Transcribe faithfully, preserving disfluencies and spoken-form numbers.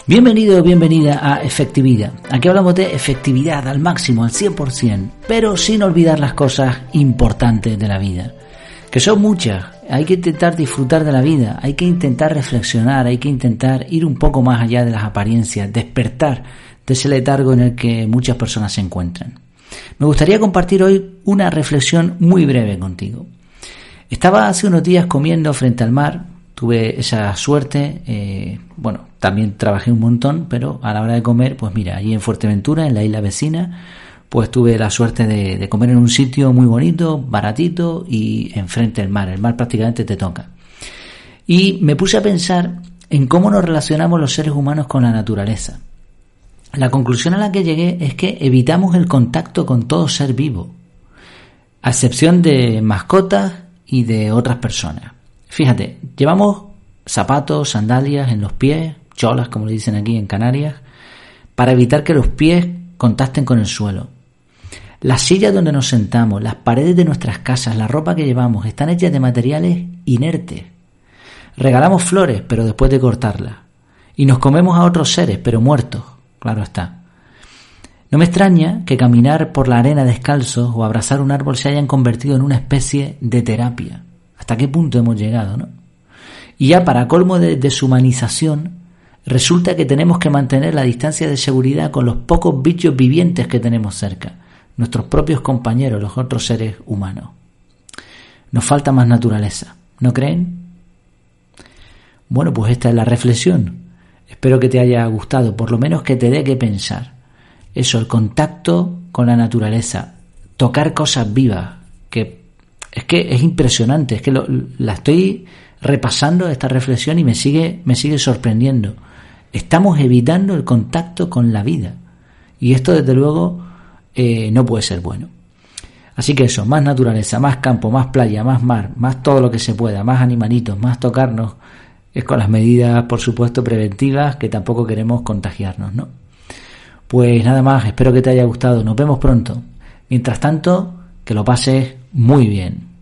Bienvenido o bienvenida a Efectividad. Aquí hablamos de efectividad al máximo, al cien por ciento, pero sin olvidar las cosas importantes de la vida, que son muchas. Hay que intentar disfrutar de la vida, hay que intentar reflexionar, hay que intentar ir un poco más allá de las apariencias, despertar de ese letargo en el que muchas personas se encuentran. Me gustaría compartir hoy una reflexión muy breve contigo. Estaba hace unos días comiendo frente al mar, tuve esa suerte, eh, bueno, también trabajé un montón, pero a la hora de comer, pues mira, allí en Fuerteventura, en la isla vecina, pues tuve la suerte de, de comer en un sitio muy bonito, baratito y enfrente del mar. El mar prácticamente te toca. Y me puse a pensar en cómo nos relacionamos los seres humanos con la naturaleza. La conclusión a la que llegué es que evitamos el contacto con todo ser vivo, a excepción de mascotas y de otras personas. Fíjate, llevamos zapatos, sandalias en los pies, cholas como le dicen aquí en Canarias, para evitar que los pies contacten con el suelo. Las sillas donde nos sentamos, las paredes de nuestras casas, la ropa que llevamos, están hechas de materiales inertes. Regalamos flores, pero después de cortarlas. Y nos comemos a otros seres, pero muertos, claro está. No me extraña que caminar por la arena descalzos o abrazar un árbol se hayan convertido en una especie de terapia. ¿Hasta qué punto hemos llegado, no? Y ya para colmo de deshumanización, resulta que tenemos que mantener la distancia de seguridad con los pocos bichos vivientes que tenemos cerca, nuestros propios compañeros, los otros seres humanos. Nos falta más naturaleza, ¿no creen? Bueno, pues esta es la reflexión. Espero que te haya gustado, por lo menos que te dé que pensar. Eso, el contacto con la naturaleza, tocar cosas vivas, que es que es impresionante, es que lo, la estoy repasando esta reflexión y me sigue, me sigue sorprendiendo. Estamos evitando el contacto con la vida y esto desde luego eh, no puede ser bueno. Así que eso, más naturaleza, más campo, más playa, más mar, más todo lo que se pueda, más animalitos, más tocarnos, es con las medidas por supuesto preventivas que tampoco queremos contagiarnos, ¿no? Pues nada más, espero que te haya gustado, nos vemos pronto. Mientras tanto, que lo pases muy bien.